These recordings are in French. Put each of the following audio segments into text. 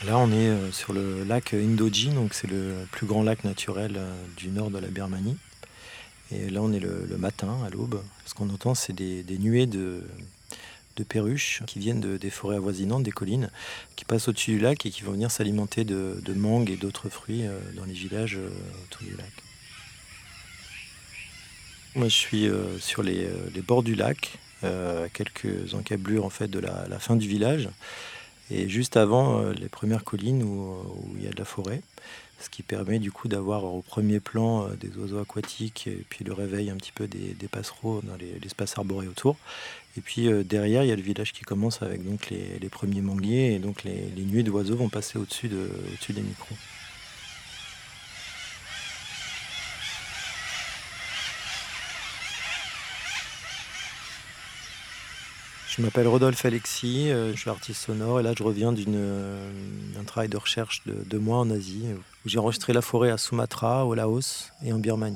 Là, on est sur le lac Indoji, donc c'est le plus grand lac naturel du nord de la Birmanie. Et là, on est le matin, à l'aube. Ce qu'on entend, c'est des nuées de perruches qui viennent des forêts avoisinantes, des collines, qui passent au-dessus du lac et qui vont venir s'alimenter de mangues et d'autres fruits dans les villages autour du lac. Moi, je suis sur les bords du lac, à quelques encablures en fait de la fin du village, et juste avant les premières collines où il y a de la forêt, ce qui permet du coup d'avoir au premier plan des oiseaux aquatiques et puis le réveil un petit peu des passereaux dans l'espace arboré autour. Et puis derrière, il y a le village qui commence avec donc les premiers manguiers, et donc les nuées d'oiseaux vont passer au-dessus des micros. Je m'appelle Rodolphe Alexis, je suis artiste sonore et là je reviens d'un travail de recherche de 2 mois en Asie, où j'ai enregistré la forêt à Sumatra, au Laos et en Birmanie.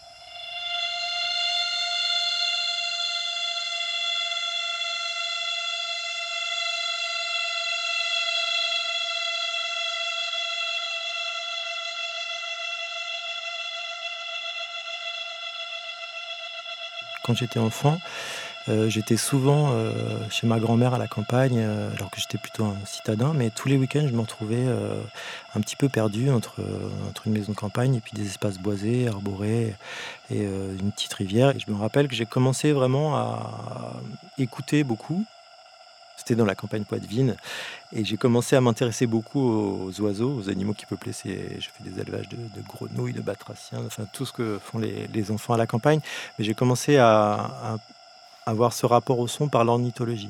Quand j'étais enfant, j'étais souvent chez ma grand-mère à la campagne, alors que j'étais plutôt un citadin, mais tous les week-ends je me retrouvais un petit peu perdu entre une maison de campagne et puis des espaces boisés, arborés, et une petite rivière. Et je me rappelle que j'ai commencé vraiment à écouter beaucoup. C'était dans la campagne poitevine, et j'ai commencé à m'intéresser beaucoup aux oiseaux, aux animaux qui peuplaient je fais des élevages de grenouilles, de batraciens, enfin tout ce que font les enfants à la campagne. Mais j'ai commencé à avoir ce rapport au son par l'ornithologie.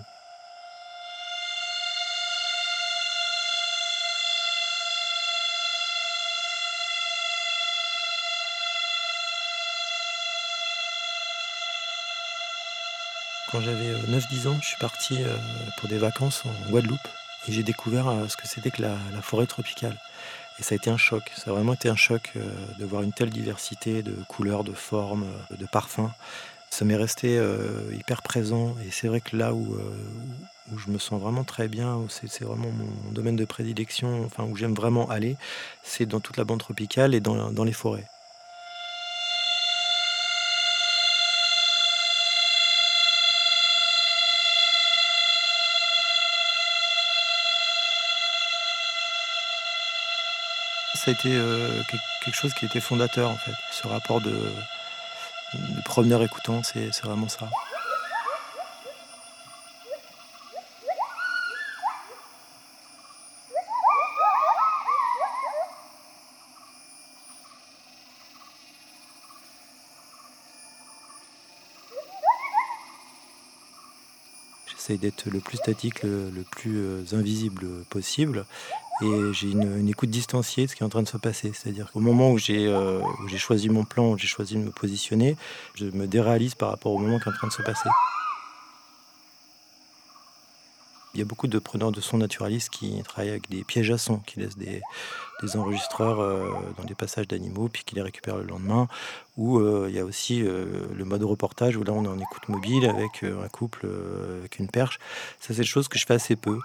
Quand j'avais 9-10 ans, je suis parti pour des vacances en Guadeloupe, et j'ai découvert ce que c'était que la forêt tropicale. Et ça a été un choc, ça a vraiment été un choc de voir une telle diversité de couleurs, de formes, de parfums. Ça m'est resté hyper présent, et c'est vrai que là où je me sens vraiment très bien, où c'est vraiment mon domaine de prédilection, enfin où j'aime vraiment aller, c'est dans toute la bande tropicale et dans les forêts. Ça a été quelque chose qui était fondateur en fait. Ce rapport de promeneur écoutant, c'est vraiment ça. J'essaye d'être le plus statique, le plus invisible possible. Et j'ai une écoute distanciée de ce qui est en train de se passer. C'est-à-dire qu'au moment où j'ai choisi mon plan, où j'ai choisi de me positionner, je me déréalise par rapport au moment qui est en train de se passer. Il y a beaucoup de preneurs de sons naturalistes qui travaillent avec des pièges à sons, qui laissent des enregistreurs dans des passages d'animaux, puis qui les récupèrent le lendemain. Ou il y a aussi le mode reportage, où là on est en écoute mobile avec un couple avec une perche. Ça, c'est des choses que je fais assez peu.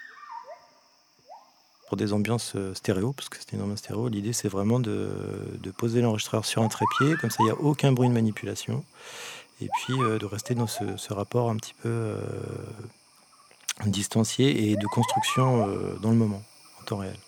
Pour des ambiances stéréo, parce que c'était une ambiance stéréo, l'idée c'est vraiment de poser l'enregistreur sur un trépied, comme ça il n'y a aucun bruit de manipulation, et puis de rester dans ce rapport un petit peu distancié et de construction dans le moment, en temps réel.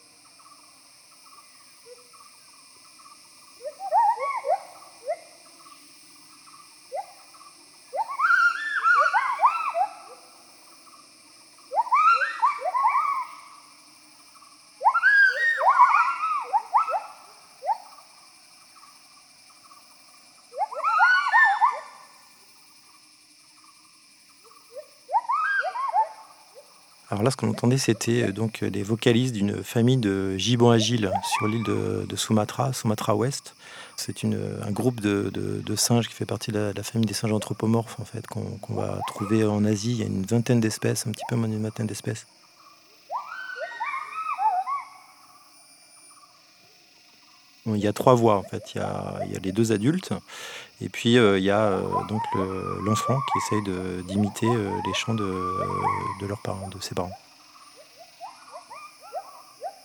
Alors là, ce qu'on entendait, c'était donc les vocalises d'une famille de gibbons agiles sur l'île de Sumatra, Sumatra Ouest. C'est un groupe de singes qui fait partie de la famille des singes anthropomorphes, en fait, qu'on va trouver en Asie. Il y a une vingtaine d'espèces, un petit peu moins d'une vingtaine d'espèces. Bon, il y a 3 voix, en fait. Il y a les 2 adultes, et puis il y a donc l'enfant qui essaye d'imiter les chants de leurs parents, de ses parents.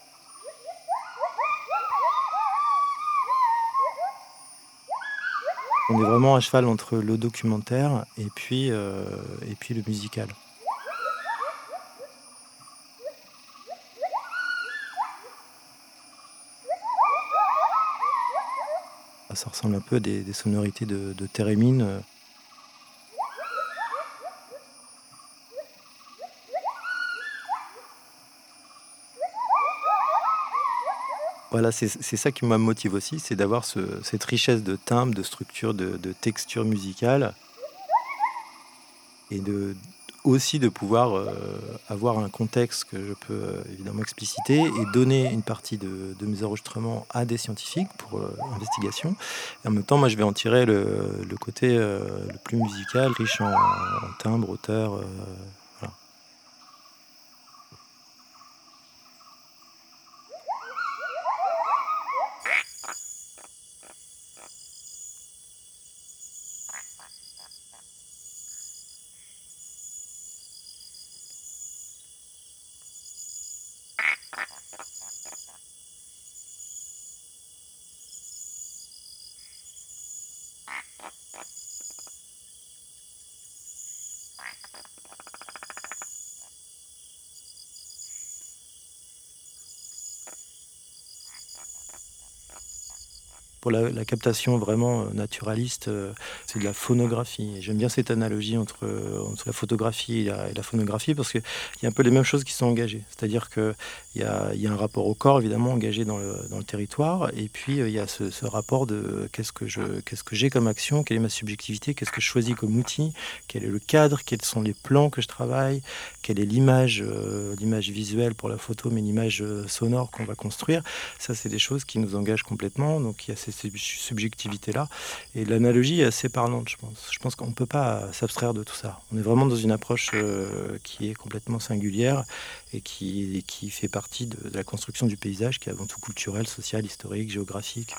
On est vraiment à cheval entre le documentaire et puis le musical. Ça ressemble un peu à des sonorités de térémine. Voilà, c'est ça qui me motive aussi, c'est d'avoir cette richesse de timbre, de structure, de texture musicale et aussi de pouvoir avoir un contexte que je peux évidemment expliciter et donner une partie de mes enregistrements à des scientifiques pour investigation. Et en même temps, moi, je vais en tirer le côté le plus musical, riche en timbre, hauteur. Voilà. Pour la captation vraiment naturaliste, c'est de la phonographie. Et j'aime bien cette analogie entre la photographie et la phonographie parce qu'il y a un peu les mêmes choses qui sont engagées. C'est-à-dire qu'il y a un rapport au corps évidemment engagé dans le territoire et puis il y a ce rapport de qu'est-ce que j'ai comme action, quelle est ma subjectivité, qu'est-ce que je choisis comme outil, quel est le cadre, quels sont les plans que je travaille, quelle est l'image visuelle pour la photo, mais l'image sonore qu'on va construire. Ça, c'est des choses qui nous engagent complètement. Donc, il y a cette subjectivité-là. Et l'analogie est assez parlante, je pense. Je pense qu'on ne peut pas s'abstraire de tout ça. On est vraiment dans une approche qui est complètement singulière et qui fait partie de la construction du paysage, qui est avant tout culturel, social, historique, géographique.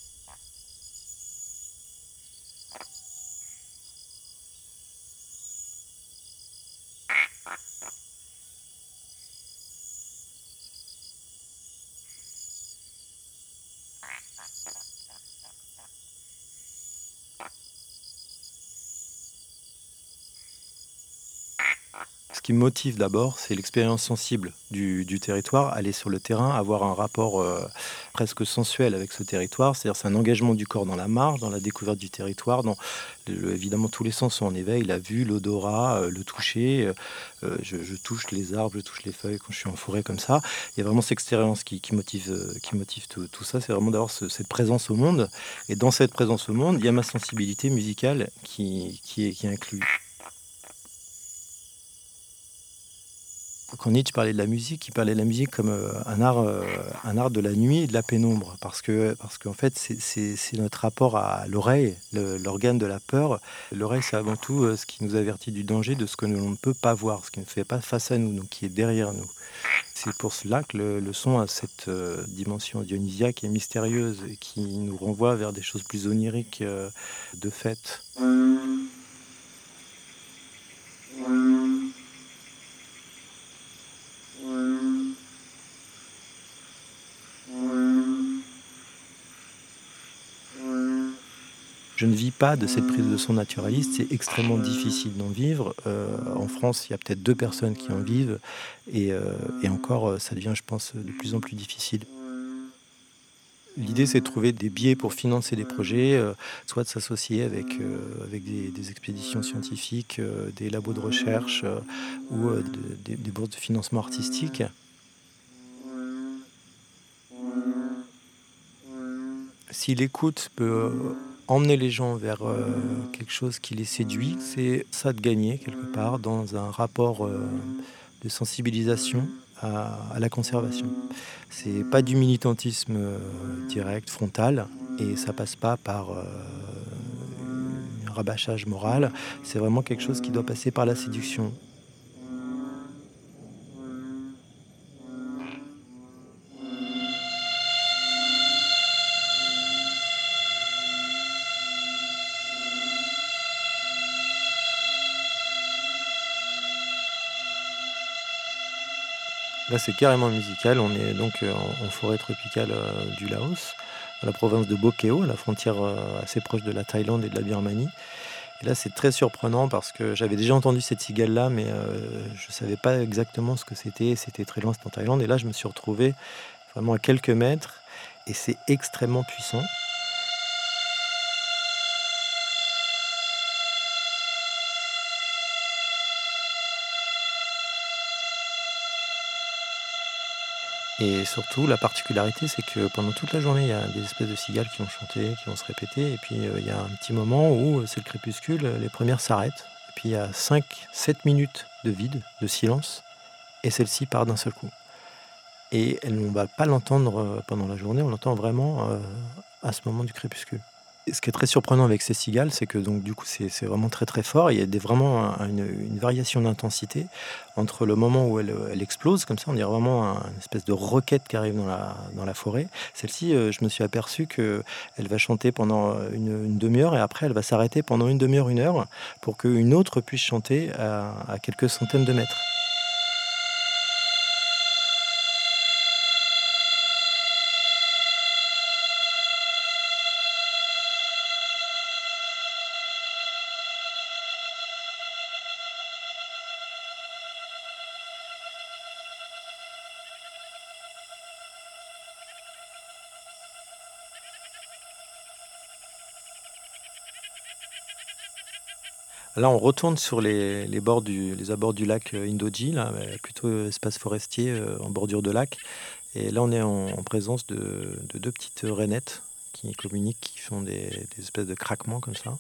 Ce qui me motive d'abord, c'est l'expérience sensible du territoire, aller sur le terrain, avoir un rapport presque sensuel avec ce territoire, c'est-à-dire c'est un engagement du corps dans la marche, dans la découverte du territoire, évidemment tous les sens sont en éveil, la vue, l'odorat, le toucher, je touche les arbres, je touche les feuilles quand je suis en forêt comme ça. Il y a vraiment cette expérience qui motive tout ça, c'est vraiment d'avoir cette présence au monde, et dans cette présence au monde, il y a ma sensibilité musicale qui est inclue. Quand Nietzsche parlait de la musique, il parlait de la musique comme un art de la nuit et de la pénombre. Parce qu'en fait, c'est notre rapport à l'oreille, l'organe de la peur. L'oreille, c'est avant tout ce qui nous avertit du danger, de ce que l'on ne peut pas voir, ce qui ne fait pas face à nous, donc qui est derrière nous. C'est pour cela que le son a cette dimension dionysiaque et mystérieuse et qui nous renvoie vers des choses plus oniriques de fait. Je ne vis pas de cette prise de son naturaliste, c'est extrêmement difficile d'en vivre. En France, il y a peut-être 2 personnes qui en vivent et encore, ça devient, je pense, de plus en plus difficile. L'idée, c'est de trouver des biais pour financer des projets, soit de s'associer avec des expéditions scientifiques, des labos de recherche, ou des bourses de financement artistique. Si l'écoute peut emmener les gens vers quelque chose qui les séduit, c'est ça de gagner quelque part dans un rapport de sensibilisation à la conservation. C'est pas du militantisme direct, frontal, et ça passe pas par un rabâchage moral. C'est vraiment quelque chose qui doit passer par la séduction. Là, c'est carrément musical. On est donc en forêt tropicale du Laos. dans la province de Bokeo, à la frontière assez proche de la Thaïlande et de la Birmanie. Et là, c'est très surprenant parce que j'avais déjà entendu cette cigale-là, mais je ne savais pas exactement ce que c'était. C'était très loin, c'était en Thaïlande. Et là, je me suis retrouvé vraiment à quelques mètres et c'est extrêmement puissant. Et surtout, la particularité, c'est que pendant toute la journée, il y a des espèces de cigales qui vont chanter, qui vont se répéter. Et puis, il y a un petit moment où c'est le crépuscule, les premières s'arrêtent. Et puis, il y a 5, 7 minutes de vide, de silence. Et celle-ci part d'un seul coup. Et on ne va pas l'entendre pendant la journée, on l'entend vraiment à ce moment du crépuscule. Et ce qui est très surprenant avec ces cigales, c'est que donc du coup c'est vraiment très très fort. Il y a vraiment une variation d'intensité entre le moment où elle explose, comme ça on dirait vraiment une espèce de roquette qui arrive dans la forêt. Celle-ci, je me suis aperçu qu'elle va chanter pendant une demi-heure et après elle va s'arrêter pendant une demi-heure, 1 heure, pour qu'une autre puisse chanter à quelques centaines de mètres. Là, on retourne sur les abords du lac Indoji, là, plutôt espace forestier en bordure de lac. Et là, on est en présence de deux petites rainettes qui communiquent, qui font des espèces de craquements comme ça.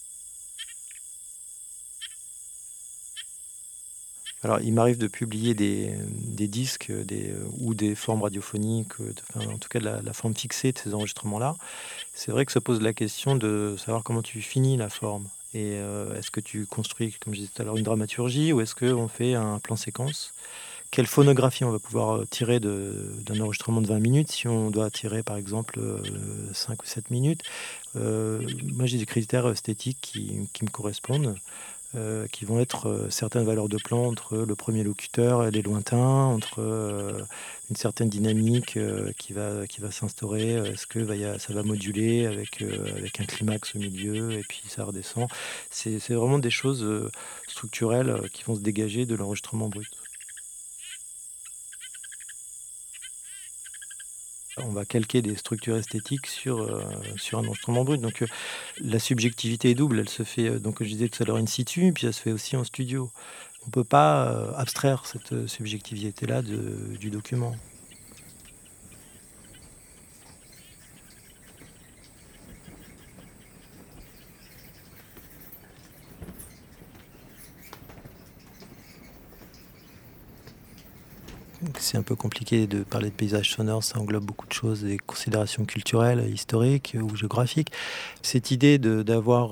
Alors, il m'arrive de publier des disques ou des formes radiophoniques, enfin, en tout cas la forme fixée de ces enregistrements-là. C'est vrai que se pose la question de savoir comment tu finis la forme. Et est-ce que tu construis, comme je disais tout à l'heure, une dramaturgie ou est-ce qu'on fait un plan séquence? Quelle phonographie on va pouvoir tirer d'un enregistrement de 20 minutes si on doit tirer par exemple 5 ou 7 minutes? Moi j'ai des critères esthétiques qui me correspondent, qui vont être certaines valeurs de plan entre le premier locuteur et les lointains, entre une certaine dynamique qui va s'instaurer. Est-ce que ça va moduler avec un climax au milieu et puis ça redescend? C'est vraiment des choses structurelles qui vont se dégager de l'enregistrement brut. On va calquer des structures esthétiques sur un instrument brut. Donc, la subjectivité est double. Elle se fait, donc comme je disais tout à l'heure, in situ, puis elle se fait aussi en studio. On ne peut pas, abstraire cette, subjectivité-là du document. Donc c'est un peu compliqué de parler de paysage sonore, ça englobe beaucoup de choses, des considérations culturelles, historiques ou géographiques. Cette idée d'avoir,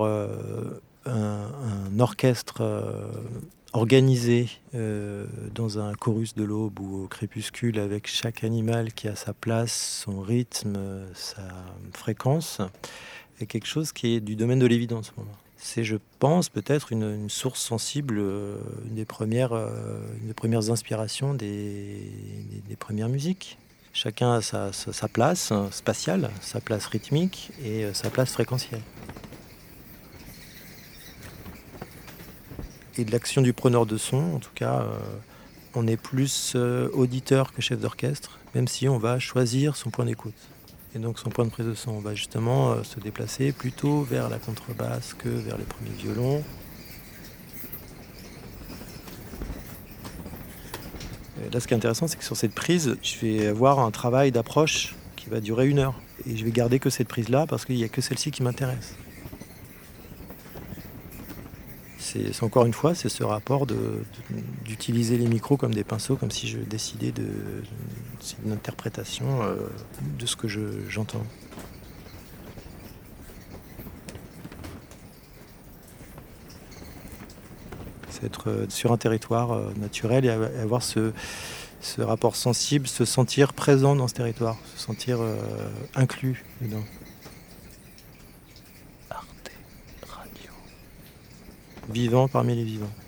un orchestre, organisé, dans un chorus de l'aube ou au crépuscule avec chaque animal qui a sa place, son rythme, sa fréquence, est quelque chose qui est du domaine de l'évidence pour moi. C'est, je pense, peut-être une source sensible, une des premières inspirations des premières musiques. Chacun a sa place spatiale, sa place rythmique et sa place fréquentielle. Et de l'action du preneur de son, en tout cas, on est plus auditeur que chef d'orchestre, même si on va choisir son point d'écoute. Et donc son point de prise de son, on va justement se déplacer plutôt vers la contrebasse que vers les premiers violons. Et là, ce qui est intéressant, c'est que sur cette prise, je vais avoir un travail d'approche qui va durer 1 heure. Et je vais garder que cette prise-là parce qu'il n'y a que celle-ci qui m'intéresse. C'est encore une fois, c'est ce rapport d'utiliser les micros comme des pinceaux, comme si je décidais c'est une interprétation de ce que j'entends. C'est être sur un territoire naturel et avoir ce rapport sensible, se sentir présent dans ce territoire, se sentir inclus dedans. Arte Radio. Vivant parmi les vivants.